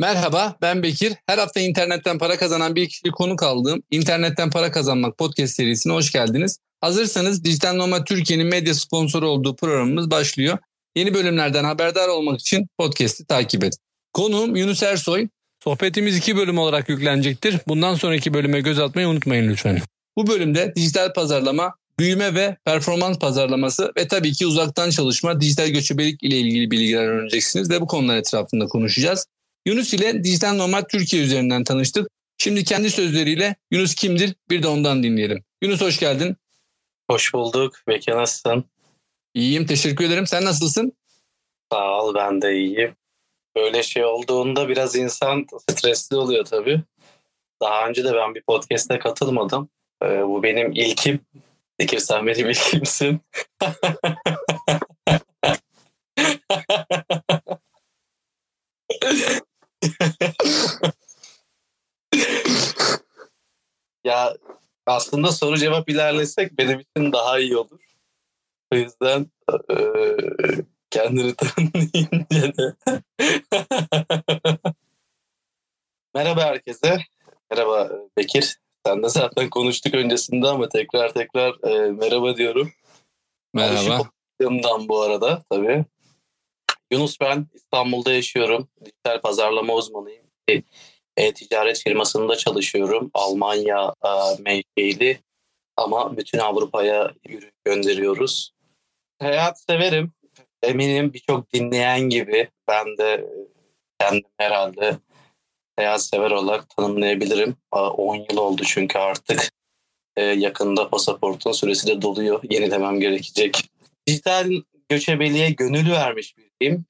Merhaba, ben Bekir. Her hafta internetten para kazanan bir kişiyi konuk aldığım İnternetten Para Kazanmak podcast serisine hoş geldiniz. Hazırsanız Dijital Nomad Türkiye'nin medya sponsoru olduğu programımız başlıyor. Yeni bölümlerden haberdar olmak için podcast'i takip edin. Konuğum Yunus Ersoy. Sohbetimiz 2 bölüm olarak yüklenecektir. Bundan sonraki bölüme göz atmayı unutmayın lütfen. Bu bölümde dijital pazarlama, büyüme ve performans pazarlaması ve tabii ki uzaktan çalışma, dijital göçebelik ile ilgili bilgiler öğreneceksiniz ve bu konular etrafında konuşacağız. Yunus ile Dijital Nomad Türkiye üzerinden tanıştık. Şimdi kendi sözleriyle Yunus kimdir bir de ondan dinleyelim. Yunus hoş geldin. Hoş bulduk. Bekir nasılsın? İyiyim, teşekkür ederim. Sen nasılsın? Sağ ol, ben de iyiyim. Böyle şey olduğunda biraz insan stresli oluyor tabii. Daha önce de ben bir podcast'e katılmadım. Bu benim ilkim. Bekir sen benim ilkimsin. Ya aslında soru cevap ilerlesek benim için daha iyi olur. O yüzden kendini tanıyınca de. Merhaba herkese. Merhaba Bekir. Sen de zaten konuştuk öncesinde ama tekrar merhaba diyorum. Merhaba. Alışık bu arada tabii. Yunus ben. İstanbul'da yaşıyorum. Dijital pazarlama uzmanıyım. E-ticaret firmasında çalışıyorum. Almanya menşeili ama bütün Avrupa'ya ürün gönderiyoruz. Hayat severim. Eminim birçok dinleyen gibi ben de kendim herhalde seyahat sever olarak tanımlayabilirim. 10 yıl oldu çünkü artık yakında pasaportun süresi de doluyor. Yenilemem gerekecek. Dijital göçebeliğe gönül vermiş biriyim.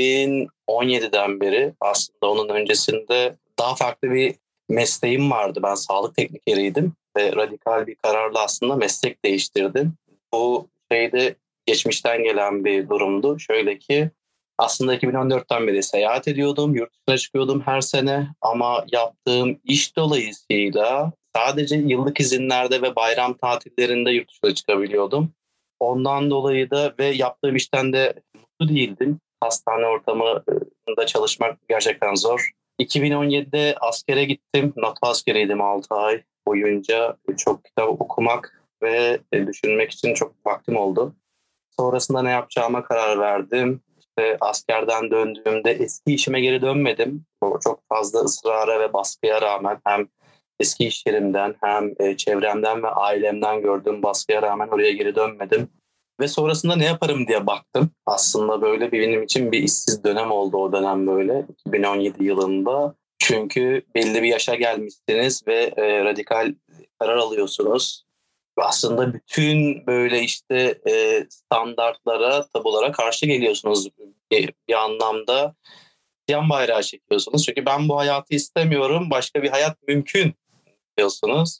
2017'den beri, aslında onun öncesinde daha farklı bir mesleğim vardı. Ben sağlık teknikeriydim ve radikal bir kararla aslında meslek değiştirdim. Bu şeyde geçmişten gelen bir durumdu. Şöyle ki aslında 2014'ten beri seyahat ediyordum, yurt dışına çıkıyordum her sene ama yaptığım iş dolayısıyla sadece yıllık izinlerde ve bayram tatillerinde yurt dışına çıkabiliyordum. Ondan dolayı da ve yaptığım işten de mutlu değildim. Hastane ortamında çalışmak gerçekten zor. 2017'de askere gittim. NATO askeriydim 6 ay boyunca. Çok kitap okumak ve düşünmek için çok vaktim oldu. Sonrasında ne yapacağıma karar verdim. İşte askerden döndüğümde eski işime geri dönmedim. Çok fazla ısrara ve baskıya rağmen hem eski iş yerimden hem çevremden ve ailemden gördüğüm baskıya rağmen oraya geri dönmedim. Ve sonrasında ne yaparım diye baktım. Aslında böyle benim için bir işsiz dönem oldu o dönem böyle 2017 yılında. Çünkü belli bir yaşa gelmişsiniz ve radikal karar alıyorsunuz. Aslında bütün böyle işte standartlara, tabulara karşı geliyorsunuz bir anlamda. Yan bayrağı çekiyorsunuz. Çünkü ben bu hayatı istemiyorum, başka bir hayat mümkün diyorsunuz.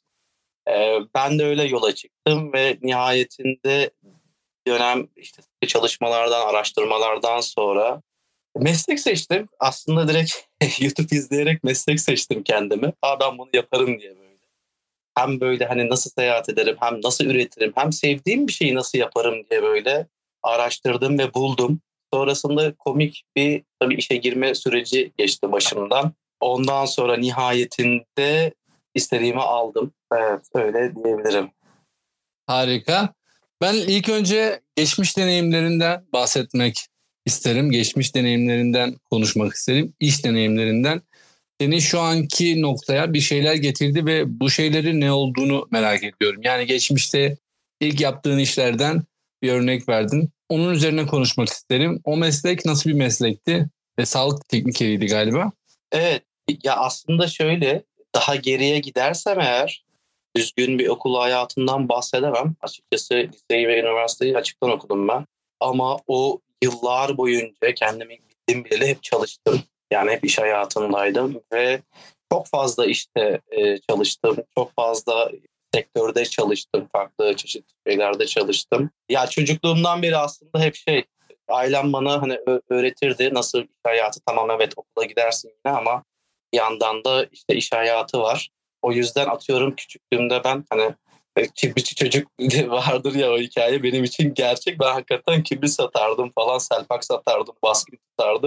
Ben de öyle yola çıktım ve nihayetinde dönem işte çalışmalardan, araştırmalardan sonra meslek seçtim. Aslında direkt YouTube izleyerek meslek seçtim kendimi. Ben bunu yaparım diye böyle. Hem böyle hani nasıl seyahat ederim, hem nasıl üretirim, hem sevdiğim bir şeyi nasıl yaparım diye böyle araştırdım ve buldum. Sonrasında komik bir tabii işe girme süreci geçti başımdan. Ondan sonra nihayetinde istediğimi aldım. Evet, öyle diyebilirim. Harika. Ben ilk önce geçmiş deneyimlerinden bahsetmek isterim. Geçmiş deneyimlerinden konuşmak isterim. İş deneyimlerinden. Seni şu anki noktaya bir şeyler getirdi ve bu şeylerin ne olduğunu merak ediyorum. Yani geçmişte ilk yaptığın işlerden bir örnek verdin. Onun üzerine konuşmak isterim. O meslek nasıl bir meslekti? Ve sağlık teknikeriydi galiba. Evet. Ya aslında şöyle, daha geriye gidersem eğer düzgün bir okul hayatından bahsedemem. Açıkçası liseyi ve üniversiteyi açıktan okudum ben. Ama o yıllar boyunca kendimi bildiğim bileli hep çalıştım. Yani hep iş hayatındaydım ve çok fazla işte çalıştım. Çok fazla sektörde çalıştım. Farklı çeşitli şeylerde çalıştım. Ya çocukluğumdan beri aslında hep ailem bana hani öğretirdi. Nasıl iş hayatı, tamam evet okula gidersin yine ama bir yandan da işte iş hayatı var. O yüzden atıyorum küçüklüğümde ben hani kibritçi çocuk vardır ya, o hikaye benim için gerçek. Ben hakikaten kibrit satardım falan, selpak satardım, baskın tutardım.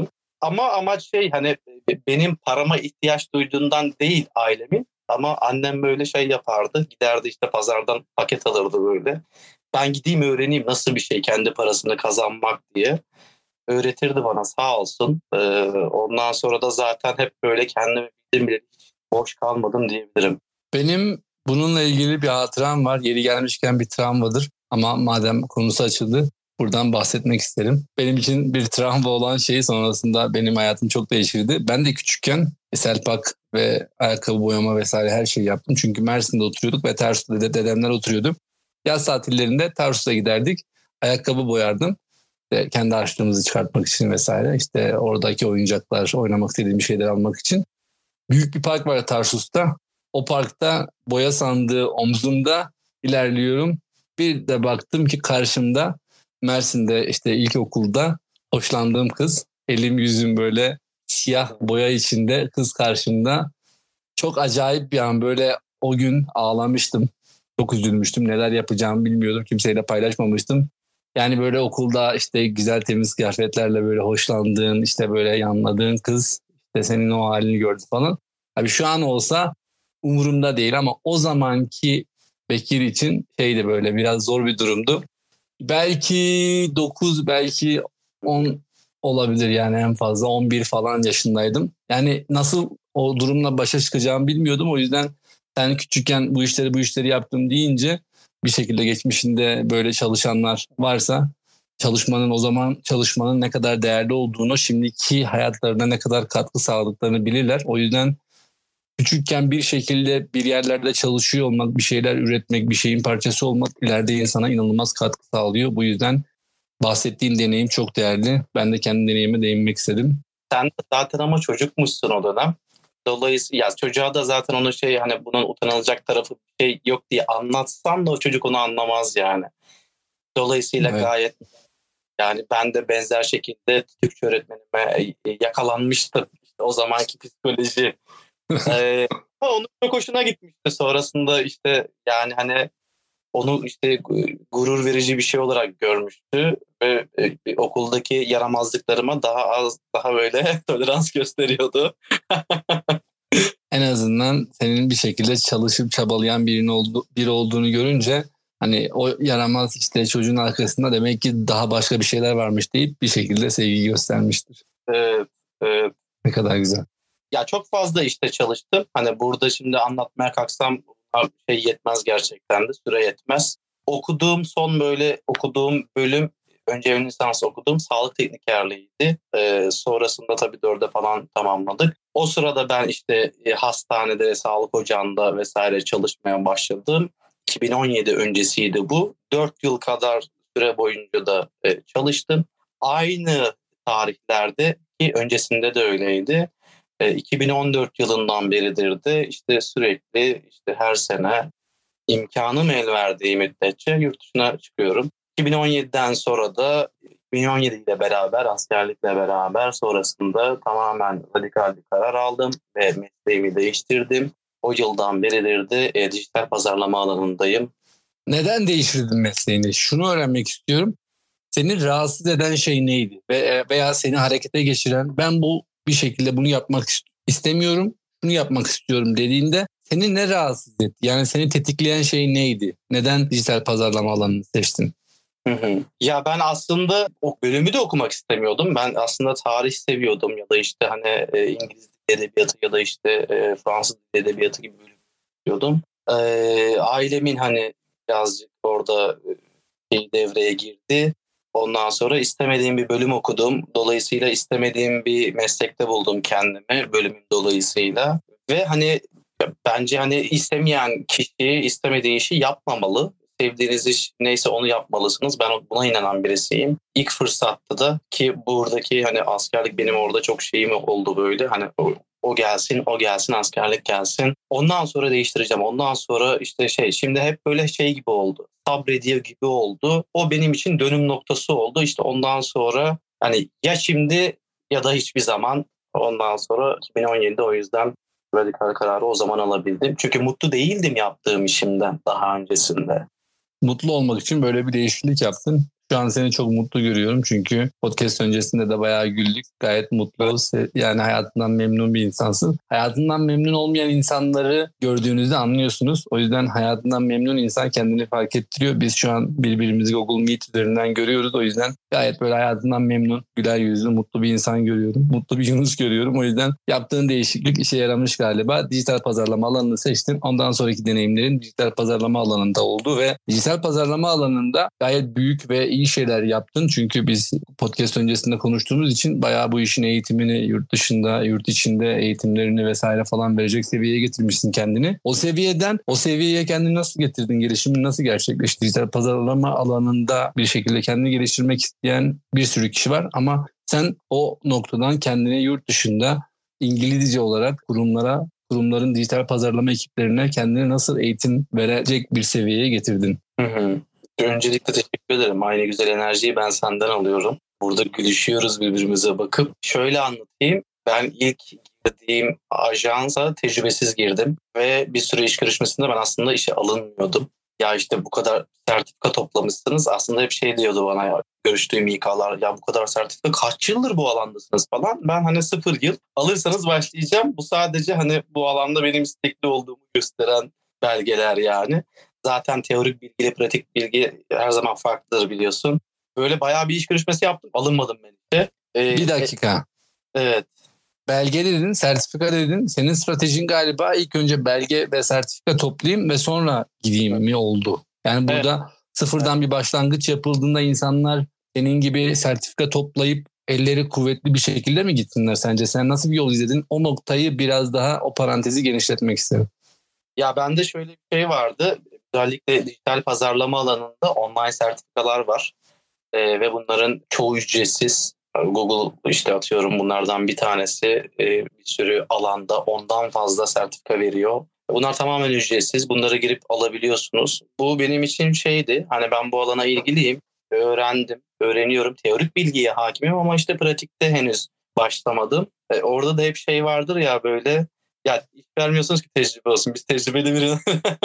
Ama amaç hani benim parama ihtiyaç duyduğundan değil ailemin. Ama annem böyle şey yapardı. Giderdi işte pazardan paket alırdı böyle. Ben gideyim öğreneyim nasıl bir şey kendi parasını kazanmak diye. Öğretirdi bana sağ olsun. Ondan sonra da zaten hep böyle kendimi bildim bile hiç boş kalmadım diyebilirim. Benim bununla ilgili bir hatıram var. Yeri gelmişken bir travmadır. Ama madem konusu açıldı, buradan bahsetmek isterim. Benim için bir travma olan şey sonrasında benim hayatım çok değişirdi. Ben de küçükken selpak ve ayakkabı boyama vesaire her şeyi yaptım. Çünkü Mersin'de oturuyorduk ve Tarsus'ta da dedemler oturuyordu. Yaz tatillerinde Tarsus'a giderdik. Ayakkabı boyardım. İşte kendi harçlığımızı çıkartmak için vesaire. İşte oradaki oyuncaklar, oynamak istediğim şeyler almak için. Büyük bir park var Tarsus'ta. O parkta boya sandığı omzumda ilerliyorum. Bir de baktım ki karşımda Mersin'de işte ilkokulda hoşlandığım kız. Elim yüzüm böyle siyah boya içinde kız karşımda. Çok acayip bir an, böyle o gün ağlamıştım. Çok üzülmüştüm. Neler yapacağımı bilmiyordum. Kimseyle paylaşmamıştım. Yani böyle okulda işte güzel temiz kıyafetlerle böyle hoşlandığın, işte böyle yanladığın kız işte senin o halini gördü falan. Abi şu an olsa umurumda değil ama o zamanki Bekir için şeydi, böyle biraz zor bir durumdu. Belki 9, belki 10 olabilir, yani en fazla 11 falan yaşındaydım. Yani nasıl o durumla başa çıkacağımı bilmiyordum. O yüzden sen küçükken bu işleri yaptım deyince, bir şekilde geçmişinde böyle çalışanlar varsa o zaman çalışmanın ne kadar değerli olduğunu, şimdiki hayatlarına ne kadar katkı sağladıklarını bilirler. O yüzden küçükken bir şekilde bir yerlerde çalışıyor olmak, bir şeyler üretmek, bir şeyin parçası olmak ileride insana inanılmaz katkı sağlıyor. Bu yüzden bahsettiğin deneyim çok değerli. Ben de kendi deneyime değinmek istedim. Sen de zaten ama çocukmuşsun o dönem. Dolayısıyla ya çocuğa da zaten onu hani bunun utanılacak tarafı bir şey yok diye anlatsan da o çocuk onu anlamaz yani. Dolayısıyla Evet. gayet yani ben de benzer şekilde Türkçe öğretmenime yakalanmıştım. İşte o zamanki psikoloji. Onun çok hoşuna gitmişti. Sonrasında işte yani hani onu işte gurur verici bir şey olarak görmüştü ve okuldaki yaramazlıklarıma daha böyle tolerans gösteriyordu. En azından senin bir şekilde çalışıp çabalayan biri olduğunu görünce, hani o yaramaz işte çocuğun arkasında demek ki daha başka bir şeyler varmış deyip bir şekilde sevgi göstermiştir. Evet, evet. Ne kadar güzel. Ya çok fazla işte çalıştım. Hani burada şimdi anlatmaya kalksam yetmez gerçekten de. Süre yetmez. Son okuduğum bölüm, önce ön lisans okuduğum sağlık teknikerliğiydi. Sonrasında tabii 4'e falan tamamladık. O sırada ben işte hastanede, sağlık ocağında vesaire çalışmaya başladım. 2017 öncesiydi bu. 4 yıl kadar süre boyunca da çalıştım. Aynı tarihlerde, ki öncesinde de öyleydi. 2014 yılından beridir de işte sürekli işte her sene imkanım el verdiği müddetçe yurt dışına çıkıyorum. 2017'den sonra da 2017 ile beraber, askerlikle beraber sonrasında tamamen radikal bir karar aldım ve mesleğimi değiştirdim. O yıldan beridir de dijital pazarlama alanındayım. Neden değiştirdin mesleğini? Şunu öğrenmek istiyorum. Seni rahatsız eden şey neydi? Veya seni harekete geçiren, ben bir şekilde bunu yapmak istemiyorum, şunu yapmak istiyorum dediğinde seni ne rahatsız etti? Yani seni tetikleyen şey neydi? Neden dijital pazarlama alanını seçtin? Ya ben aslında o bölümü de okumak istemiyordum. Ben aslında tarih seviyordum ya da işte hani İngiliz dili edebiyatı ya da işte Fransız dili edebiyatı gibi bölüm istiyordum. Ailemin hani birazcık orada devreye girdi. Ondan sonra istemediğim bir bölüm okudum. Dolayısıyla istemediğim bir meslekte buldum kendimi bölümüm dolayısıyla. Ve hani bence hani istemeyen kişi istemediği işi yapmamalı. Sevdiğiniz iş neyse onu yapmalısınız. Ben buna inanan birisiyim. İlk fırsatta da, ki buradaki hani askerlik benim orada çok şeyim oldu böyle. Hani o gelsin, askerlik gelsin. Ondan sonra değiştireceğim. Ondan sonra işte şimdi hep böyle gibi oldu. Sabrediyor gibi oldu. O benim için dönüm noktası oldu. İşte ondan sonra hani ya şimdi ya da hiçbir zaman, ondan sonra 2017'de o yüzden radikal kararı o zaman alabildim. Çünkü mutlu değildim yaptığım işimden daha öncesinde. Mutlu olmak için böyle bir değişiklik yaptın. Şu an seni çok mutlu görüyorum çünkü podcast öncesinde de bayağı güldük. Gayet mutlu, yani hayatından memnun bir insansın. Hayatından memnun olmayan insanları gördüğünüzde anlıyorsunuz. O yüzden hayatından memnun insan kendini fark ettiriyor. Biz şu an birbirimizi Google Meet üzerinden görüyoruz. O yüzden gayet böyle hayatından memnun, güler yüzlü, mutlu bir insan görüyorum. Mutlu bir Yunus görüyorum. O yüzden yaptığın değişiklik işe yaramış galiba. Dijital pazarlama alanını seçtin. Ondan sonraki deneyimlerin dijital pazarlama alanında oldu ve dijital pazarlama alanında gayet büyük ve iyi şeyler yaptın. Çünkü biz podcast öncesinde konuştuğumuz için bayağı bu işin eğitimini yurt dışında, yurt içinde eğitimlerini vesaire falan verecek seviyeye getirmişsin kendini. O seviyeye kendini nasıl getirdin? Gelişimin nasıl gerçekleşti? Dijital pazarlama alanında bir şekilde kendini geliştirmek isteyen bir sürü kişi var ama sen o noktadan kendini yurt dışında İngilizce olarak kurumların dijital pazarlama ekiplerine kendine nasıl eğitim verecek bir seviyeye getirdin? Hı hı. Öncelikle teşekkür ederim. Aynı güzel enerjiyi ben senden alıyorum. Burada gülüşüyoruz birbirimize bakıp. Şöyle anlatayım. Ben ilk girdiğim ajansa tecrübesiz girdim. Ve bir sürü iş görüşmesinde ben aslında işe alınmıyordum. Ya işte bu kadar sertifika toplamışsınız. Aslında hep şey diyordu bana ya, görüştüğüm İK'lar, ya bu kadar sertifika kaç yıldır bu alandasınız falan. Ben hani 0 yıl alırsanız başlayacağım. Bu sadece hani bu alanda benim istekli olduğumu gösteren belgeler yani. Zaten teorik bilgiyle pratik bilgi her zaman farklıdır biliyorsun. Böyle bayağı bir iş görüşmesi yaptım. Alınmadım ben işte. Bir dakika. Evet. Belge dedin, sertifika dedin. Senin stratejin galiba ilk önce belge ve sertifika toplayayım ve sonra gideyim mi oldu? Yani burada sıfırdan bir başlangıç yapıldığında insanlar senin gibi sertifika toplayıp elleri kuvvetli bir şekilde mi gitsinler sence? Sen nasıl bir yol izledin? O noktayı biraz daha, o parantezi genişletmek isterim. Ya bende şöyle bir şey vardı. Özellikle dijital pazarlama alanında online sertifikalar var. Ve bunların çoğu ücretsiz. Google işte atıyorum bunlardan bir tanesi bir sürü alanda ondan fazla sertifika veriyor. Bunlar tamamen ücretsiz. Bunları girip alabiliyorsunuz. Bu benim için şeydi. Hani ben bu alana ilgiliyim. Öğrendim, öğreniyorum. Teorik bilgiye hakimim ama işte pratikte henüz başlamadım. Orada da hep şey vardır ya böyle. Ya iş vermiyorsunuz ki tecrübe olsun. Biz tecrübeli biri.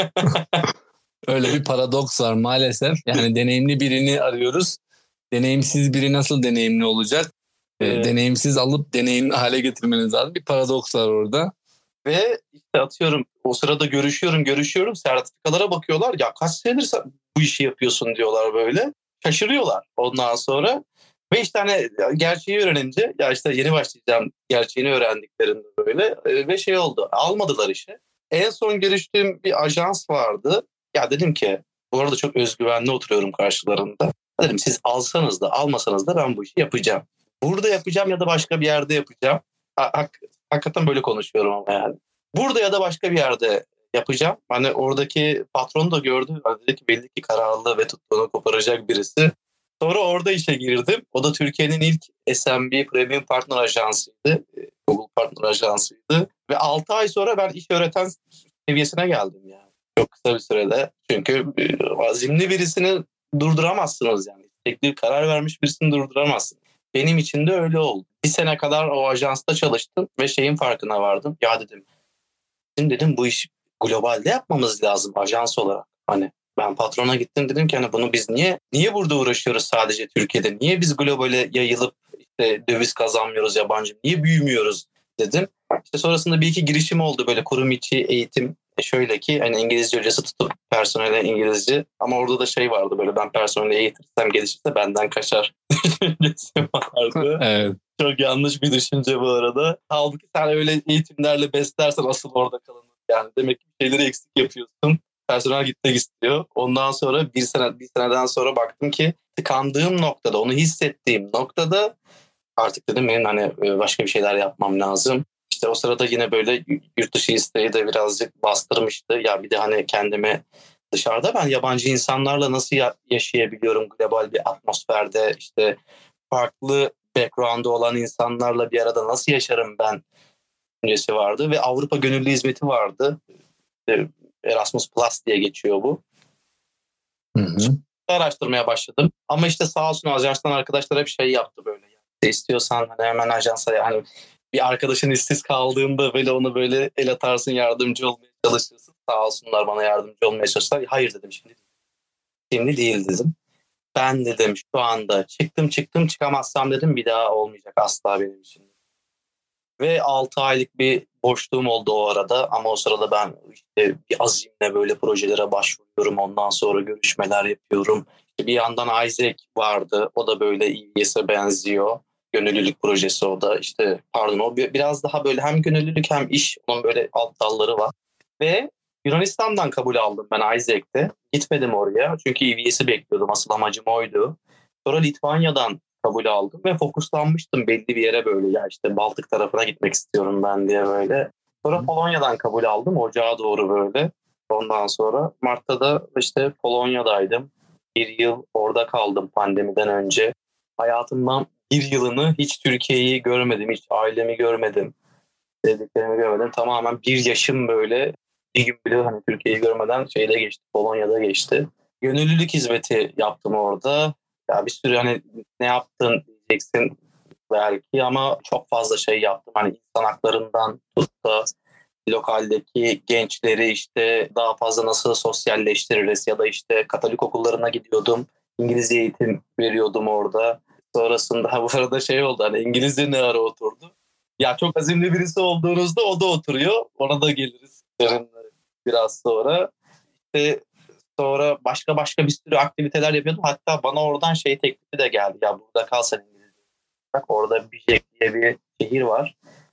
Öyle bir paradoks var maalesef. Yani deneyimli birini arıyoruz. Deneyimsiz biri nasıl deneyimli olacak? Deneyimsiz alıp deneyimli hale getirmeniz lazım. Bir paradoks var orada. Ve işte atıyorum o sırada görüşüyorum. Sertifikalara bakıyorlar. Ya kaç senedir sen bu işi yapıyorsun diyorlar böyle. Şaşırıyorlar ondan sonra. Ve işte hani gerçeği öğrenince ya işte yeni başlayacağım gerçeğini öğrendiklerinde böyle ve şey oldu. Almadılar işe. En son görüştüğüm bir ajans vardı. Ya dedim ki bu arada çok özgüvenli oturuyorum karşılarında. Dedim siz alsanız da almasanız da ben bu işi yapacağım. Burada yapacağım ya da başka bir yerde yapacağım. Hakikaten böyle konuşuyorum ama yani. Burada ya da başka bir yerde yapacağım. Hani oradaki patron da gördü. Dedi ki belli ki kararlı ve tuttuğunu koparacak birisi. Sonra orada işe girdim. O da Türkiye'nin ilk SMB Premium Partner Ajansıydı. Google Partner Ajansıydı. Ve 6 ay sonra ben iş öğreten seviyesine geldim yani. Çok kısa bir sürede. Çünkü azimli birisini durduramazsınız yani. Teknik karar vermiş birisini durduramazsınız. Benim için de öyle oldu. Bir sene kadar o ajansta çalıştım ve şeyin farkına vardım. Ya dedim bu iş globalde yapmamız lazım ajans olarak. Hani ben patrona gittim dedim ki hani bunu biz niye burada uğraşıyoruz sadece Türkiye'de? Niye biz globale yayılıp işte döviz kazanmıyoruz yabancı? Niye büyümüyoruz dedim. İşte sonrasında bir iki girişim oldu böyle kurum içi eğitim. Şöyle ki hani İngilizce hocası tutup personele İngilizce ama orada da şey vardı böyle ben personeli eğitirsem gelişirse benden kaçar düşüncesi vardı. Evet. Çok yanlış bir düşünce bu arada. Halbuki sen öyle eğitimlerle beslersen asıl orada kalınır. Yani demek ki şeyleri eksik yapıyorsun. Personel gitmek istiyor. Ondan sonra bir seneden sonra baktım ki tıkandığım noktada, onu hissettiğim noktada artık dedim benim hani başka bir şeyler yapmam lazım. İşte o sırada yine böyle yurt dışı isteği de birazcık bastırmıştı. Ya bir de hani kendime dışarıda ben yabancı insanlarla nasıl yaşayabiliyorum global bir atmosferde işte farklı background'u olan insanlarla bir arada nasıl yaşarım ben düşüncesi vardı ve Avrupa Gönüllü Hizmeti vardı. Erasmus Plus diye geçiyor bu. Hı hı. Araştırmaya başladım. Ama işte sağ olsun ajanstan arkadaşlar hep şey yaptı böyle. İstiyorsan hani hemen ajansa yani bir arkadaşın işsiz kaldığında böyle onu böyle el atarsın yardımcı olmaya çalışırsın. Sağ olsunlar bana yardımcı olmaya çalıştılar. Hayır dedim şimdi değil dedim. ben dedim şu anda çıktım çıkamazsam dedim bir daha olmayacak asla benim için. Ve 6 aylık bir boşluğum oldu o arada ama o sırada ben işte bir azimle böyle projelere başvuruyorum. Ondan sonra görüşmeler yapıyorum. İşte bir yandan Isaac vardı. O da böyle EVS'e benziyor. Gönüllülük projesi o da. İşte pardon o biraz daha böyle hem gönüllülük hem iş. Onun böyle alt dalları var. Ve Yunanistan'dan kabul aldım ben Isaac'te. Gitmedim oraya çünkü EVS'i bekliyordum. Asıl amacım oydu. Sonra Litvanya'dan kabul aldım ve fokuslanmıştım belli bir yere böyle ya işte Baltık tarafına gitmek istiyorum ben diye böyle. Sonra Polonya'dan kabul aldım ocağa doğru böyle. Ondan sonra Mart'ta da işte Polonya'daydım. Bir yıl orada kaldım pandemiden önce. Hayatımdan bir yılını hiç Türkiye'yi görmedim, hiç ailemi görmedim, sevdiklerimi görmedim. Tamamen bir yaşım böyle bir gün bile hani Türkiye'yi görmeden şeyde geçti, Polonya'da geçti. Gönüllülük hizmeti yaptım orada. Ya bir sürü hani ne yaptın diyeceksin belki ama çok fazla şey yaptım. Hani insan haklarından tut da lokaldeki gençleri işte daha fazla nasıl sosyalleştiririz ya da işte Katolik okullarına gidiyordum. İngilizce eğitim veriyordum orada. Sonrasında bu arada şey oldu hani İngilizce ne ara oturdu. Ya çok azimli birisi olduğunuzda o da oturuyor. Ona da geliriz biraz sonra. İşte sonra başka bir sürü aktiviteler yapıyordum. Hatta bana oradan şey teklifi de geldi. Ya burada kal sen İngilizce. Bak orada Bijek diye bir şehir var.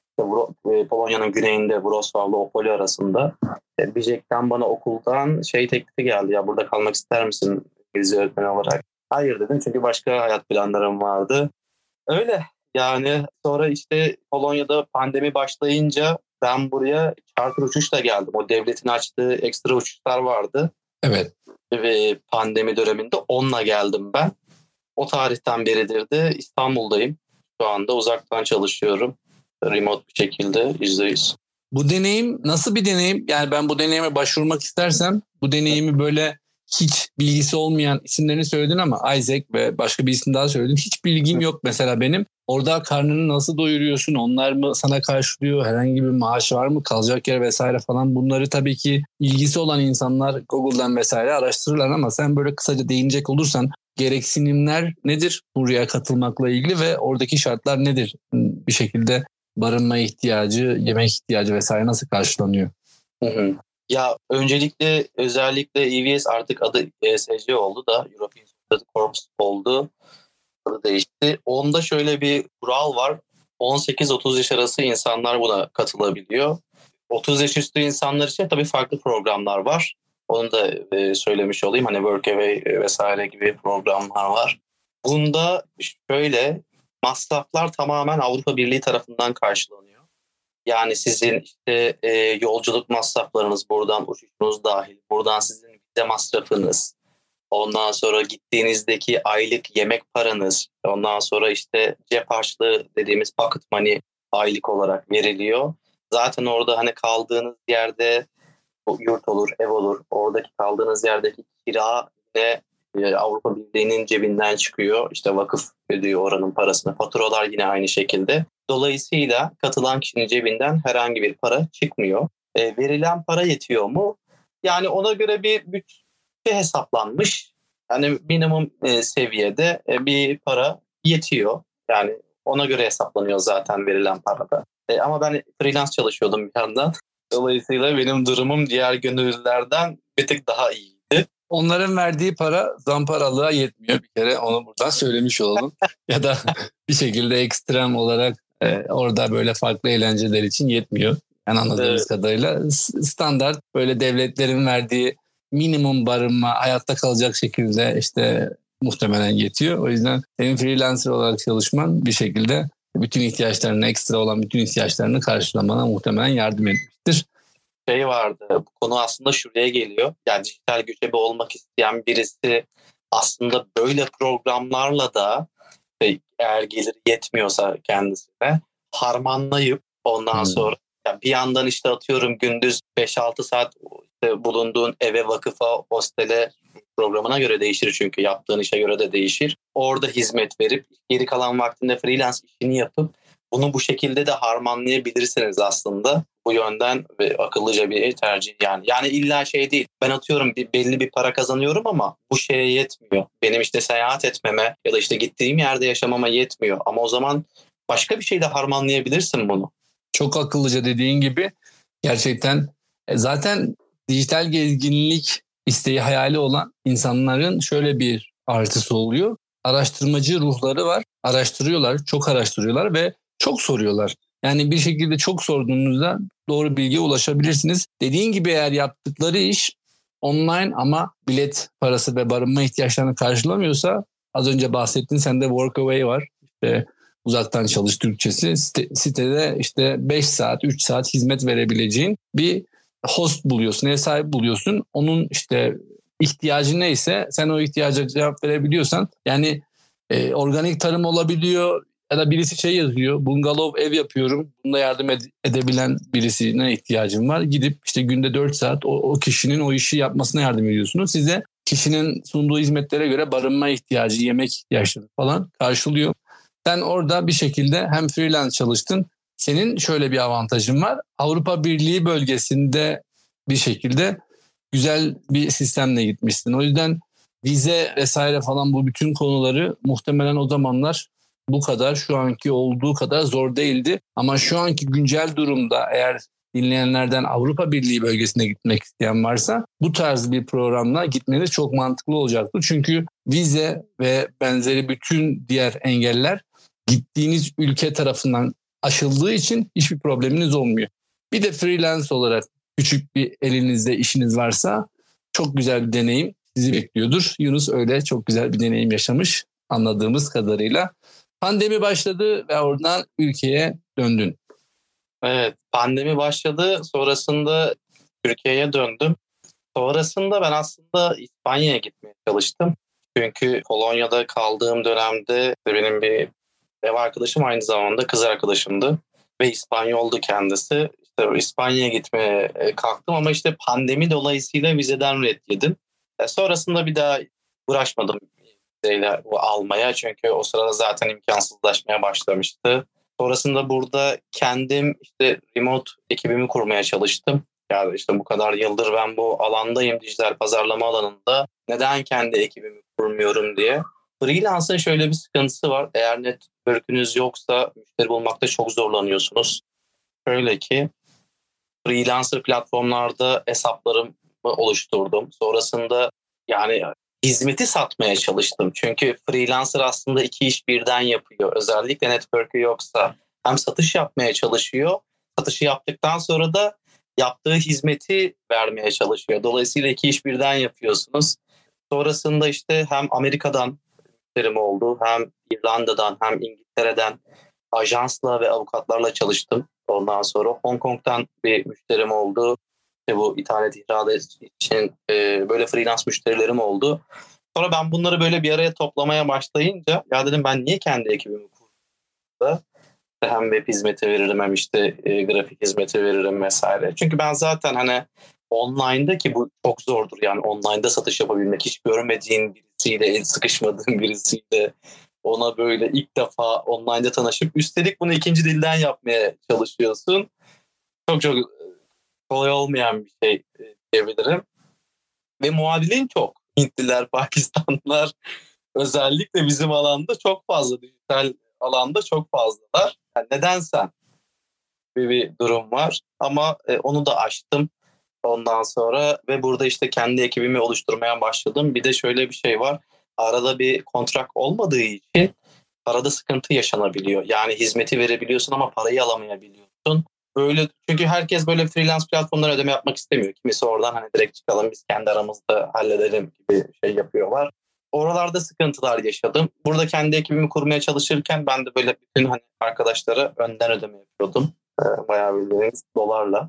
İşte Polonya'nın güneyinde Wrocław'la Opole arasında. Bijek'ten bana okuldan şey teklifi geldi. Ya burada kalmak ister misin İngilizce öğretmeni olarak? Hayır dedim çünkü başka hayat planlarım vardı. Öyle yani sonra işte Polonya'da pandemi başlayınca ben buraya charter uçuşla geldim. O devletin açtığı ekstra uçuşlar vardı. Evet. Ve pandemi döneminde onunla geldim ben. O tarihten beridir de İstanbul'dayım. Şu anda uzaktan çalışıyorum. Remote bir şekilde %100. Bu deneyim nasıl bir deneyim? Yani ben bu deneyime başvurmak istersem bu deneyimi böyle hiç bilgisi olmayan isimlerini söyledin ama Isaac ve başka bir isim daha söyledin. Hiç bilgim yok mesela benim. Orada karnını nasıl doyuruyorsun? Onlar mı sana karşılıyor? Herhangi bir maaş var mı? Kalacak yer vesaire falan. Bunları tabii ki ilgisi olan insanlar Google'dan vesaire araştırırlar ama sen böyle kısaca değinecek olursan gereksinimler nedir buraya katılmakla ilgili ve oradaki şartlar nedir? Bir şekilde barınma ihtiyacı, yemek ihtiyacı vesaire nasıl karşılanıyor? Hı hı. Ya öncelikle özellikle EVS artık adı ESC oldu da European Security Corps oldu. Adı değişti. Onda şöyle bir kural var. 18-30 yaş arası insanlar buna katılabiliyor. 30 yaş üstü insanlar için tabii farklı programlar var. Onu da söylemiş olayım. Hani Workaway vesaire gibi programlar var. Bunda şöyle masraflar tamamen Avrupa Birliği tarafından karşılanıyor. Yani sizin işte yolculuk masraflarınız buradan uçuşunuz dahil. Buradan sizin vize masrafınız. Ondan sonra gittiğinizdeki aylık yemek paranız. Ondan sonra işte cep harçlığı dediğimiz pocket money aylık olarak veriliyor. Zaten orada hani kaldığınız yerde yurt olur, ev olur. Oradaki kaldığınız yerdeki kira yine Avrupa Birliği'nin cebinden çıkıyor. İşte vakıf ödüyor oranın parasını. Faturalar yine aynı şekilde. Dolayısıyla katılan kişinin cebinden herhangi bir para çıkmıyor. Verilen para yetiyor mu? Yani ona göre bir bütçe hesaplanmış. Yani minimum seviyede bir para yetiyor. Yani ona göre hesaplanıyor zaten verilen parada. Ama ben freelance çalışıyordum bir yandan. Dolayısıyla benim durumum diğer gönüllülerden bir tık daha iyiydi. Onların verdiği para zamparalığa yetmiyor bir kere onu buradan söylemiş olalım. Ya da bir şekilde ekstrem olarak orada böyle farklı eğlenceler için yetmiyor. Yani anladığımız kadarıyla standart böyle devletlerin verdiği minimum barınma hayatta kalacak şekilde işte muhtemelen yetiyor. O yüzden senin freelancer olarak çalışman bir şekilde bütün ihtiyaçlarını ekstra olan bütün ihtiyaçlarını karşılamana muhtemelen yardım etmiştir. Şey vardı, bu konu aslında şuraya geliyor. Yani dijital göçebe olmak isteyen birisi aslında böyle programlarla da eğer geliri yetmiyorsa kendisine harmanlayıp ondan sonra yani bir yandan işte atıyorum gündüz 5-6 saat işte bulunduğun eve, vakıfa, hostele programına göre değişir çünkü yaptığın işe göre de değişir. Orada hizmet verip geri kalan vaktinde freelance işini yapıp Bunu bu şekilde de harmanlayabilirsiniz aslında. Bu yönden ve akıllıca bir tercih yani. Yani illa şey değil. Ben atıyorum belli bir para kazanıyorum ama bu şeye yetmiyor. Benim işte seyahat etmeme ya da işte gittiğim yerde yaşamama yetmiyor. Ama o zaman başka bir şeyle harmanlayabilirsin bunu. Çok akıllıca dediğin gibi gerçekten zaten dijital gezginlik isteği hayali olan insanların şöyle bir artısı oluyor. Araştırmacı ruhları var. Araştırıyorlar, çok araştırıyorlar ve çok soruyorlar. Yani bir şekilde çok sorduğunuzda doğru bilgiye ulaşabilirsiniz. Dediğin gibi eğer yaptıkları iş online ama bilet parası ve barınma ihtiyaçlarını karşılamıyorsa az önce bahsettin sende Workaway var. İşte uzaktan çalış Türkçesi. Sitede işte 5 saat, 3 saat hizmet verebileceğin bir host buluyorsun, ev sahibi buluyorsun. Onun işte ihtiyacı neyse sen o ihtiyaca cevap verebiliyorsan yani organik tarım olabiliyor ya da birisi şey yazıyor. Bungalov ev yapıyorum. Bunda yardım edebilen birisine ihtiyacım var. Gidip işte günde 4 saat o kişinin o işi yapmasına yardım ediyorsunuz. Size kişinin sunduğu hizmetlere göre barınma ihtiyacı, yemek ihtiyaçları falan karşılıyor. Sen orada bir şekilde hem freelance çalıştın. Senin şöyle bir avantajın var. Avrupa Birliği bölgesinde bir şekilde güzel bir sistemle gitmişsin. O yüzden vize vesaire falan bu bütün konuları muhtemelen o zamanlar bu kadar şu anki olduğu kadar zor değildi. Ama şu anki güncel durumda eğer dinleyenlerden Avrupa Birliği bölgesine gitmek isteyen varsa bu tarz bir programla gitmeniz çok mantıklı olacaktır. Çünkü vize ve benzeri bütün diğer engeller gittiğiniz ülke tarafından aşıldığı için hiçbir probleminiz olmuyor. Bir de freelance olarak küçük bir elinizde işiniz varsa çok güzel bir deneyim sizi bekliyordur. Yunus öyle çok güzel bir deneyim yaşamış anladığımız kadarıyla. Pandemi başladı ve oradan ülkeye döndün. Evet, pandemi başladı. Sonrasında Türkiye'ye döndüm. Sonrasında ben aslında İspanya'ya gitmeye çalıştım. Çünkü Polonya'da kaldığım dönemde benim bir ev arkadaşım aynı zamanda kız arkadaşımdı. Ve İspanyoldu kendisi. İşte İspanya'ya gitmeye kalktım ama işte pandemi dolayısıyla vizeden red yedim. Sonrasında bir daha uğraşmadım vizeyle almaya. Çünkü o sırada zaten imkansızlaşmaya başlamıştı. Sonrasında burada kendim işte remote ekibimi kurmaya çalıştım. Yani işte bu kadar yıldır ben bu alandayım, dijital pazarlama alanında. Neden kendi ekibimi kurmuyorum diye. Freelance'ın şöyle bir sıkıntısı var. Eğer network'ünüz yoksa müşteri bulmakta çok zorlanıyorsunuz. Şöyle ki freelancer platformlarda hesaplarımı oluşturdum. Sonrasında yani hizmeti satmaya çalıştım. Çünkü freelancer aslında iki iş birden yapıyor. Özellikle network'ü yoksa hem satış yapmaya çalışıyor. Satışı yaptıktan sonra da yaptığı hizmeti vermeye çalışıyor. Dolayısıyla iki iş birden yapıyorsunuz. Sonrasında işte hem Amerika'dan müşterim oldu, hem İrlanda'dan hem İngiltere'den ajansla ve avukatlarla çalıştım. Ondan sonra Hong Kong'dan bir müşterim oldu. İşte bu ithalat ihracat için böyle freelance müşterilerim oldu. Sonra ben bunları böyle bir araya toplamaya başlayınca ya dedim ben niye kendi ekibimi kurdum? Hem web hizmeti veririm hem işte grafik hizmeti veririm vesaire. Çünkü ben zaten hani online'da ki bu çok zordur yani online'da satış yapabilmek. Hiç görmediğin birisiyle, el sıkışmadığın birisiyle ona böyle ilk defa online'da tanışıp üstelik bunu ikinci dilden yapmaya çalışıyorsun. Çok çok kolay olmayan bir şey diyebilirim. Ve muadilin çok. Hintliler, Pakistanlılar özellikle bizim alanda çok fazla, dijital alanda çok fazlalar. Yani neden sen? Bir durum var ama onu da aştım ondan sonra ve burada işte kendi ekibimi oluşturmaya başladım. Bir de şöyle bir şey var. Arada bir kontrak olmadığı için parada sıkıntı yaşanabiliyor. Yani hizmeti verebiliyorsun ama parayı alamayabiliyorsun. Böyle çünkü herkes böyle freelance platformlara ödeme yapmak istemiyor. Kimisi oradan hani direkt çıkalım biz kendi aramızda halledelim gibi şey yapıyorlar. Oralarda sıkıntılar yaşadım. Burada kendi ekibimi kurmaya çalışırken ben de böyle bütün hani arkadaşlara önden ödeme yapıyordum. Bayağı bildiğiniz dolarla.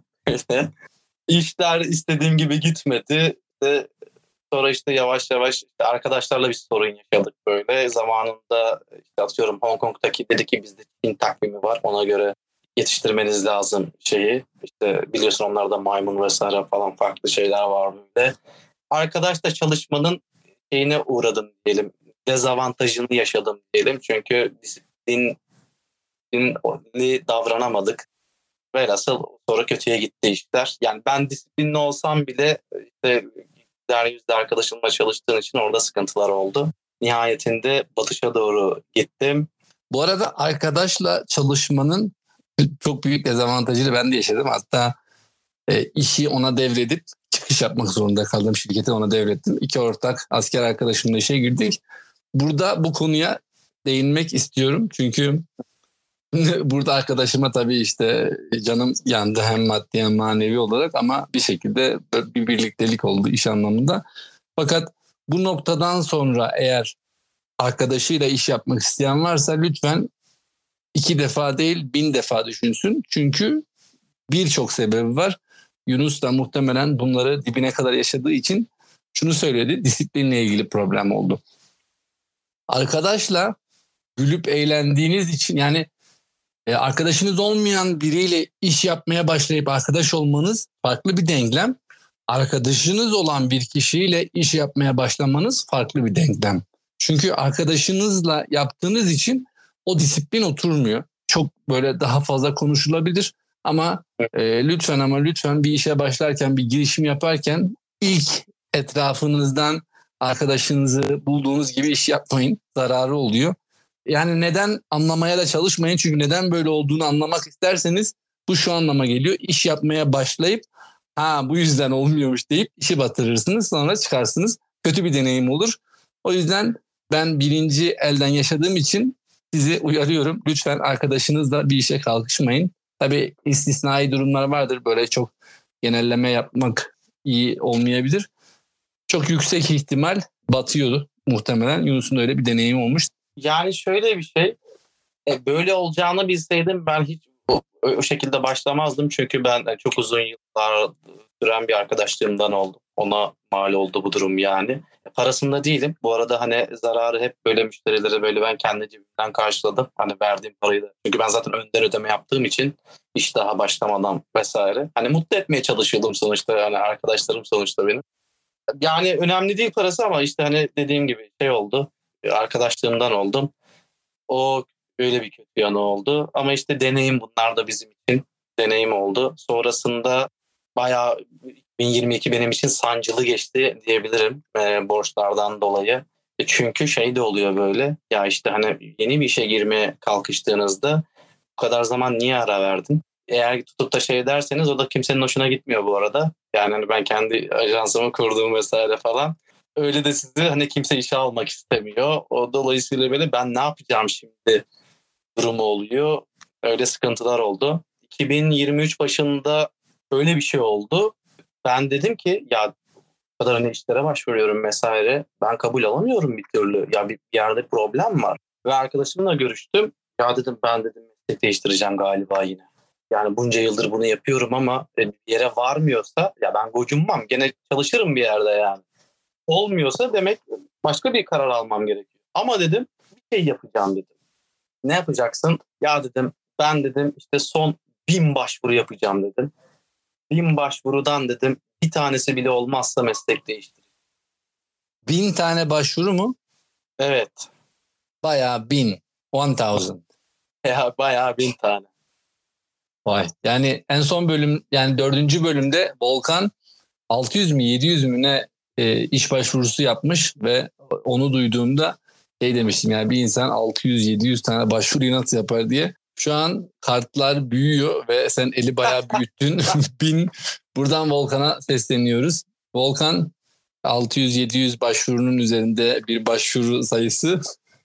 İşler istediğim gibi gitmedi. Sonra işte yavaş yavaş işte arkadaşlarla bir sorun yaşadık böyle. Zamanında işte atıyorum Hong Kong'daki dedi ki bizde Çin takvimi var. Ona göre yetiştirmeniz lazım şeyi. İşte biliyorsun onlarda maymun vesaire falan farklı şeyler var böyle. Arkadaşla çalışmanın şeyine uğradım diyelim. Dezavantajını yaşadım diyelim. Çünkü disiplin disiplinli davranamadık. Velhasıl sonra kötüye gitti işler. Yani ben disiplinli olsam bile işte %100 arkadaşımla çalıştığım için orada sıkıntılar oldu. Nihayetinde batışa doğru gittim. Bu arada arkadaşla çalışmanın çok büyük dezavantajını ben de yaşadım. Hatta işi ona devredip çıkış yapmak zorunda kaldım. Şirketi ona devrettim. 2 ortak asker arkadaşımla işe girdik. Burada bu konuya değinmek istiyorum. Çünkü burada arkadaşıma tabii işte canım yandı hem maddi hem manevi olarak ama bir şekilde bir birliktelik oldu iş anlamında. Fakat bu noktadan sonra eğer arkadaşıyla iş yapmak isteyen varsa lütfen 2 defa değil 1000 defa düşünsün. Çünkü birçok sebebi var. Yunus da muhtemelen bunları dibine kadar yaşadığı için şunu söyledi. Disiplinle ilgili problem oldu. Arkadaşla gülüp eğlendiğiniz için yani arkadaşınız olmayan biriyle iş yapmaya başlayıp arkadaş olmanız farklı bir denklem. Arkadaşınız olan bir kişiyle iş yapmaya başlamanız farklı bir denklem. Çünkü arkadaşınızla yaptığınız için o disiplin oturmuyor. Çok böyle daha fazla konuşulabilir ama lütfen bir işe başlarken, bir girişim yaparken ilk etrafınızdan arkadaşınızı bulduğunuz gibi iş yapmayın. Zararı oluyor. Yani neden anlamaya da çalışmayın. Çünkü neden böyle olduğunu anlamak isterseniz bu şu anlama geliyor. İş yapmaya başlayıp bu yüzden olmuyormuş deyip işi batırırsınız. Sonra çıkarsınız. Kötü bir deneyim olur. O yüzden ben birinci elden yaşadığım için sizi uyarıyorum. Lütfen arkadaşınızla bir işe kalkışmayın. Tabii istisnai durumlar vardır. Böyle çok genelleme yapmak iyi olmayabilir. Çok yüksek ihtimal batıyordu muhtemelen. Yunus'un öyle bir deneyim olmuş. Yani şöyle bir şey. Böyle olacağını bilseydim ben hiç o şekilde başlamazdım. Çünkü ben çok uzun yıllar süren bir arkadaşlığımdan oldum. Ona mal oldu bu durum yani. Parasında değilim. Bu arada hani zararı hep böyle müşterilere böyle ben kendi cebimden karşıladım. Hani verdiğim parayı da. Çünkü ben zaten önden ödeme yaptığım için iş daha başlamadan vesaire. Hani mutlu etmeye çalışıyordum sonuçta. Yani arkadaşlarım sonuçta benim. Yani önemli değil parası ama işte hani dediğim gibi şey oldu. Arkadaşlığımdan oldum. O öyle bir kötü yanı oldu. Ama işte deneyim, bunlar da bizim için deneyim oldu. Sonrasında bayağı 2022 benim için sancılı geçti diyebilirim borçlardan dolayı. Çünkü şey de oluyor böyle. Ya işte hani yeni bir işe girmeye kalkıştığınızda bu kadar zaman niye ara verdin? Eğer tutup da şey derseniz o da kimsenin hoşuna gitmiyor bu arada. Yani hani ben kendi ajansımı kurduğum vesaire falan. Öyle de sizi hani kimse işe almak istemiyor. O dolayısıyla böyle ben ne yapacağım şimdi durumu oluyor. Öyle sıkıntılar oldu. 2023 başında öyle bir şey oldu. Ben dedim ki ya bu kadar hani işlere başvuruyorum vesaire. Ben kabul alamıyorum bir türlü. Ya bir yerde problem var. Ve arkadaşımla görüştüm. Ya dedim ben dedim meslek değiştireceğim galiba yine. Yani bunca yıldır bunu yapıyorum ama bir yere varmıyorsa ya ben gocunmam. Gene çalışırım bir yerde yani. Olmuyorsa demek başka bir karar almam gerekiyor. Ama dedim bir şey yapacağım dedim. Ne yapacaksın? Ya dedim ben dedim işte son 1000 başvuru yapacağım dedim. 1000 başvurudan dedim bir tanesi bile olmazsa meslek değiştireceğim. 1000 tane başvuru mu? Evet. Bayağı 1000. 1000. Ya bayağı 1000 tane. Vay. Yani en son bölüm yani 4. bölümde Volkan 600 mü 700 mü ne iş başvurusu yapmış ve onu duyduğumda şey demiştim yani bir insan 600-700 tane başvuruyu nasıl yapar diye. Şu an kartlar büyüyor ve sen eli bayağı büyüttün. 1000 buradan Volkan'a sesleniyoruz. Volkan 600-700 başvurunun üzerinde bir başvuru sayısı.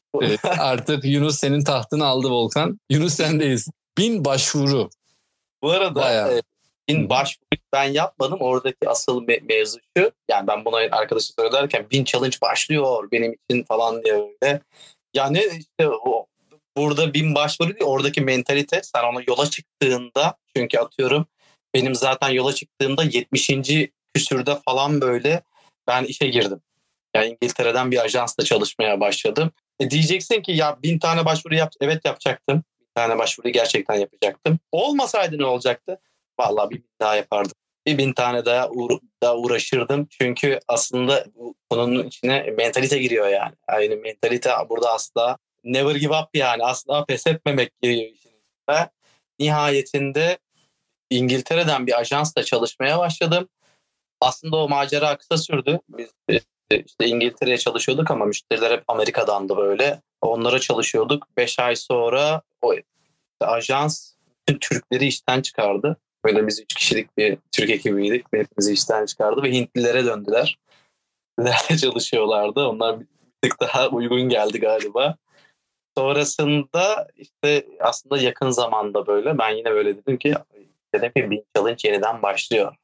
Artık Yunus senin tahtını aldı Volkan. Yunus sendeyiz. 1000 başvuru. Bu arada 1000 başvuru ben yapmadım. Oradaki asıl mevzu şu. Yani ben buna arkadaşa söylerken 1000 challenge başlıyor benim için falan diye böyle. Yani işte o burada 1000 başvuru değil. Oradaki mentalite sen ona yola çıktığında çünkü atıyorum benim zaten yola çıktığımda 70. küsürde falan böyle ben işe girdim. Yani İngiltere'den bir ajansla çalışmaya başladım. Diyeceksin ki ya 1000 tane başvuru evet yapacaktım. 1000 tane başvuruyu gerçekten yapacaktım. Olmasaydı ne olacaktı? Vallahi 1000 daha yapardım. 1000 tane daha uğraşırdım. Çünkü aslında bu konunun içine mentalite giriyor yani. Yani mentalite burada asla never give up yani. Asla pes etmemek giriyor işin Ve nihayetinde İngiltere'den bir ajansla çalışmaya başladım. Aslında o macera kısa sürdü. Biz işte İngiltere'ye çalışıyorduk ama müşteriler hep Amerika'dandı böyle. Onlara çalışıyorduk. 5 ay sonra o ajans bütün Türkleri işten çıkardı. Böyle biz 3 kişilik bir Türk ekibiydik. Hepimizi işten çıkardı ve Hintlilere döndüler. Hintlilerle çalışıyorlardı. Onlar bir tık daha uygun geldi galiba. Sonrasında işte aslında yakın zamanda böyle ben yine böyle dedim ki Bin Challenge yeniden başlıyor.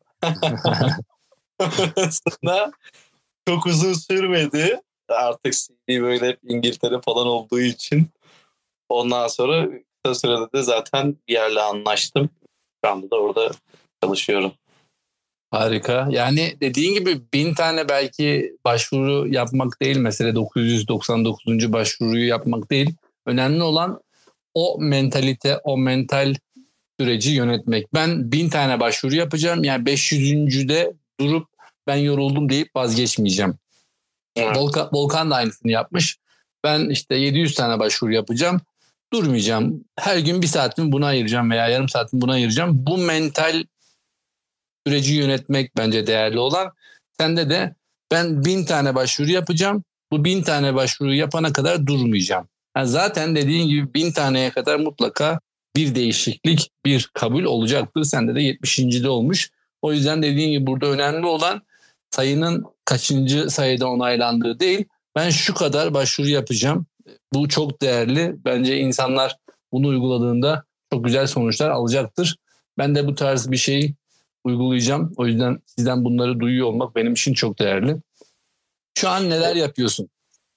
Aslında çok uzun sürmedi. Artık CV böyle hep İngiltere falan olduğu için. Ondan sonra kısa sürede de zaten bir yerle anlaştım. Şu anda da orada çalışıyorum. Harika. Yani dediğin gibi 1000 tane belki başvuru yapmak değil mesele, 999. başvuruyu yapmak değil. Önemli olan o mentalite, o mental süreci yönetmek. Ben 1000 tane başvuru yapacağım. Yani 500.'de durup ben yoruldum deyip vazgeçmeyeceğim. Evet. Volkan da aynısını yapmış. Ben işte 700 tane başvuru yapacağım. Durmayacağım. Her gün bir saatimi buna ayıracağım veya yarım saatimi buna ayıracağım. Bu mental süreci yönetmek bence değerli olan. Sende de ben 1000 tane başvuru yapacağım. Bu 1000 tane başvuru yapana kadar durmayacağım. Yani zaten dediğin gibi 1000 taneye kadar mutlaka bir değişiklik, bir kabul olacaktır. Sende de 70.'de olmuş. O yüzden dediğin gibi burada önemli olan sayının kaçıncı sayıda onaylandığı değil. Ben şu kadar başvuru yapacağım. Bu çok değerli. Bence insanlar bunu uyguladığında çok güzel sonuçlar alacaktır. Ben de bu tarz bir şeyi uygulayacağım. O yüzden sizden bunları duyuyor olmak benim için çok değerli. Şu an neler yapıyorsun?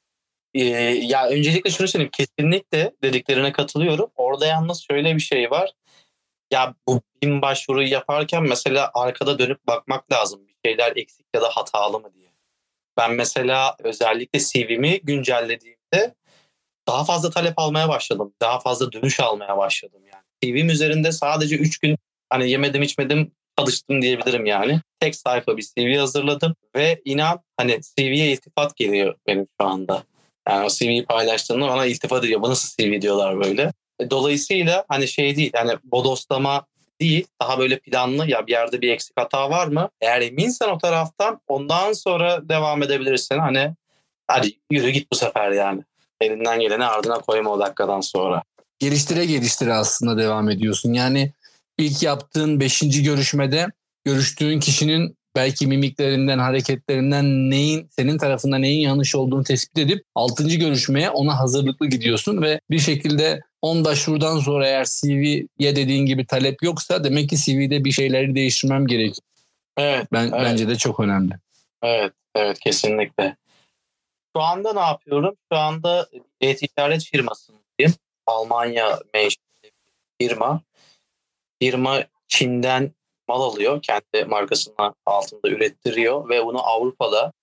Ya öncelikle şunu söyleyeyim. Kesinlikle dediklerine katılıyorum. Orada yalnız şöyle bir şey var. Ya bu 1000 başvuruyu yaparken mesela arkada dönüp bakmak lazım. Bir şeyler eksik ya da hatalı mı diye. Ben mesela özellikle CV'mi güncellediğimde daha fazla talep almaya başladım. Daha fazla dönüş almaya başladım yani. CV'm üzerinde sadece 3 gün hani yemedim içmedim çalıştım diyebilirim yani. Tek sayfa bir CV hazırladım ve inan hani CV'ye iltifat geliyor benim şu anda. Yani o CV'yi paylaştığımda bana iltifat ediyor. Bu nasıl CV diyorlar böyle. Dolayısıyla hani şey değil hani bodoslama değil daha böyle planlı ya bir yerde bir eksik hata var mı? Eğer eminsen o taraftan ondan sonra devam edebilirsin. Hani hadi yürü git bu sefer yani. Elinden geleni ardına koyma o dakikadan sonra. Geliştire aslında devam ediyorsun. Yani ilk yaptığın 5. görüşmede görüştüğün kişinin belki mimiklerinden, hareketlerinden senin tarafında neyin yanlış olduğunu tespit edip 6. görüşmeye ona hazırlıklı gidiyorsun ve bir şekilde 10 başvurudan sonra eğer CV'ye dediğin gibi talep yoksa demek ki CV'de bir şeyleri değiştirmem gerekiyor. Evet. Bence de çok önemli. Evet kesinlikle. Şu anda ne yapıyorum? Şu anda e-ticaret firmasındayım. Almanya menşeli firma. Firma Çin'den mal alıyor. Kendi markasının altında ürettiriyor ve bunu Avrupa'da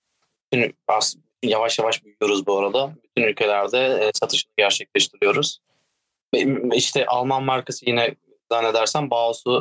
yavaş yavaş büyüyoruz bu arada. Bütün ülkelerde satışını gerçekleştiriyoruz. İşte Alman markası yine zannedersem Bauhaus'u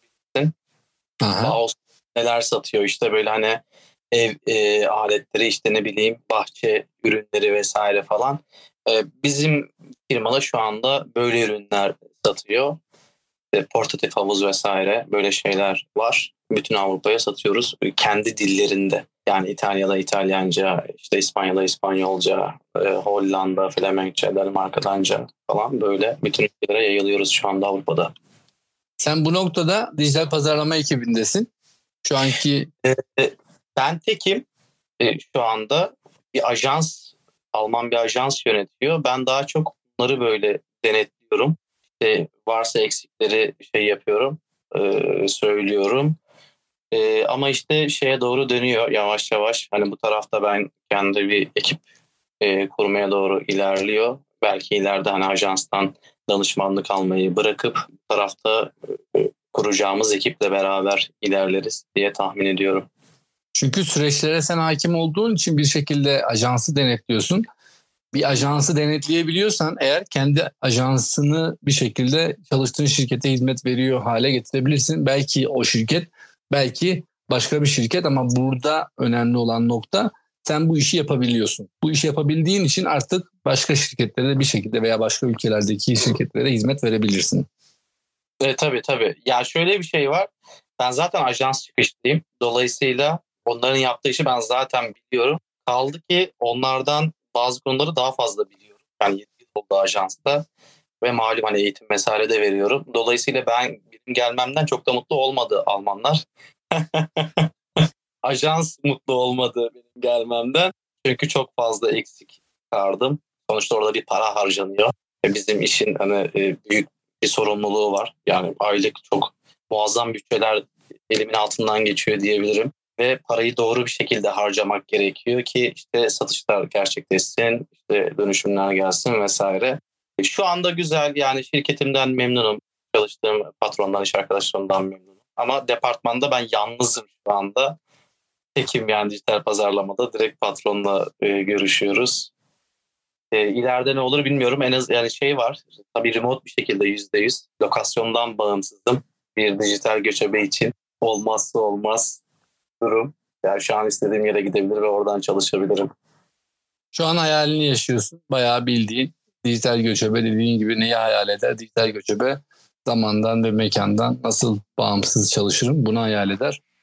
Bauhaus neler satıyor işte böyle hani ev aletleri işte ne bileyim bahçe ürünleri vesaire falan. Bizim firmada şu anda böyle ürünler satıyor. Portatif havuz vesaire böyle şeyler var. Bütün Avrupa'ya satıyoruz. Kendi dillerinde. Yani İtalya'da İtalyanca, işte İspanya'da İspanyolca, Hollanda, Flemenkçe, Danimarkadanca falan böyle bütün ülkelere yayılıyoruz şu anda Avrupa'da. Sen bu noktada dijital pazarlama ekibindesin. Şu anki... Ben tekim. Şu anda bir ajans, Alman bir ajans yönetiyor. Ben daha çok bunları böyle denetliyorum. İşte varsa eksikleri yapıyorum, söylüyorum. Ama işte şeye doğru dönüyor yavaş yavaş. Hani bu tarafta ben kendi bir ekip kurmaya doğru ilerliyor. Belki ileride hani ajanstan danışmanlık almayı bırakıp bu tarafta kuracağımız ekiple beraber ilerleriz diye tahmin ediyorum. Çünkü süreçlere sen hakim olduğun için bir şekilde ajansı denetliyorsun. Bir ajansı denetleyebiliyorsan eğer kendi ajansını bir şekilde çalıştığın şirkete hizmet veriyor hale getirebilirsin. Belki o şirket, belki başka bir şirket ama burada önemli olan nokta sen bu işi yapabiliyorsun. Bu işi yapabildiğin için artık başka şirketlere bir şekilde veya başka ülkelerdeki şirketlere hizmet verebilirsin. Tabii. Ya şöyle bir şey var. Ben zaten ajans çıkışlıyım. Dolayısıyla onların yaptığı işi ben zaten biliyorum. Kaldı ki onlardan bazı konuları daha fazla biliyorum. Yani 7 yıl oldu ajansta ve malum hani eğitim vesaire de veriyorum. Dolayısıyla benim gelmemden çok da mutlu olmadı Almanlar. Ajans mutlu olmadı benim gelmemden. Çünkü çok fazla eksik çıkardım. Sonuçta orada bir para harcanıyor. Bizim işin hani büyük bir sorumluluğu var. Yani aylık çok muazzam bütçeler elimin altından geçiyor diyebilirim. Ve parayı doğru bir şekilde harcamak gerekiyor ki işte satışlar gerçekleşsin, işte dönüşümler gelsin vesaire. Şu anda güzel, yani şirketimden memnunum. Çalıştığım patrondan, iş arkadaşlarımdan memnunum. Ama departmanda ben yalnızım şu anda. Tekim, yani dijital pazarlamada direkt patronla görüşüyoruz. İleride ne olur bilmiyorum. En az yani şey var. Tabii remote bir şekilde %100 lokasyondan bağımsızım. Bir dijital göçebe için olmazsa olmaz durum. Yani şu an istediğim yere gidebilir ve oradan çalışabilirim. Şu an hayalini yaşıyorsun. Bayağı bildiğin dijital göçebe, dediğin gibi neyi hayal eder? Dijital göçebe zamandan ve mekandan nasıl bağımsız çalışırım bunu hayal eder.